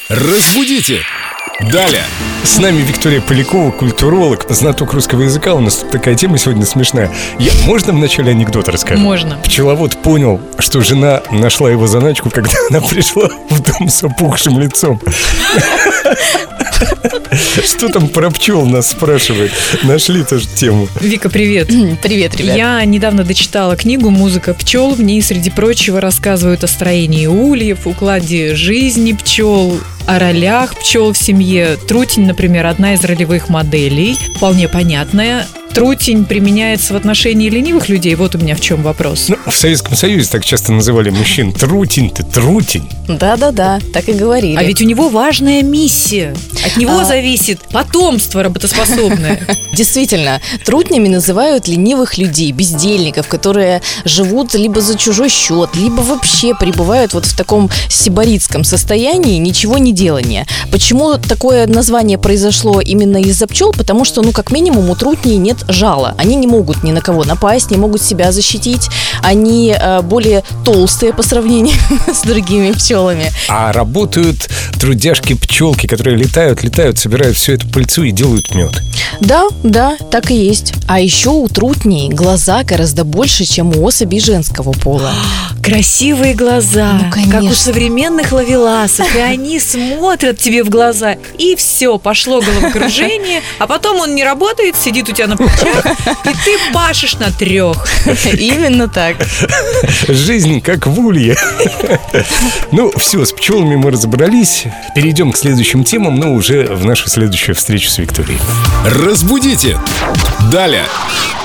Разбудите! Далее! С нами Виктория Полякова, культуролог, знаток русского языка. У нас тут такая тема сегодня смешная. Можно вначале анекдот расскажу? Можно. Пчеловод понял, что жена нашла его заначку, когда она пришла в дом с опухшим лицом. Что там про пчел нас спрашивает? Нашли тоже тему. Вика, привет. Привет, ребят. Я недавно дочитала книгу «Музыка пчел». В ней, среди прочего, рассказывают о строении ульев, укладе жизни пчел, о ролях пчел в семье. Трутень, например, одна из ролевых моделей, вполне понятная. Трутень применяется в отношении ленивых людей. Вот у меня в чем вопрос. В Советском Союзе так часто называли мужчин. Трутень ты, трутень. Да, так и говорили. А ведь у него важная миссия. От него зависит потомство работоспособное. Действительно, трутнями называют ленивых людей, бездельников, которые живут либо за чужой счет, либо вообще пребывают вот в таком сибаритском состоянии ничего не делания. Почему такое название произошло именно из-за пчел? Потому что, как минимум, у трутней нет жала. Они не могут ни на кого напасть, не могут себя защитить. Они более толстые по сравнению с другими пчелами. А работают трудяшки-пчелки, которые летают, собирают всю эту пыльцу и делают мед. Да, так и есть. А еще у трутней глаза гораздо больше, чем у особей женского пола. Красивые глаза, конечно. как у современных ловеласов. И они смотрят тебе в глаза. И все, пошло головокружение. А потом он не работает, сидит у тебя на плечах, и ты пашешь на 3. Именно так. Жизнь как в улье. Все, с пчелами мы разобрались. Перейдем к следующим темам, но уже в нашу следующую встречу с Викторией. Разбудите! Далее!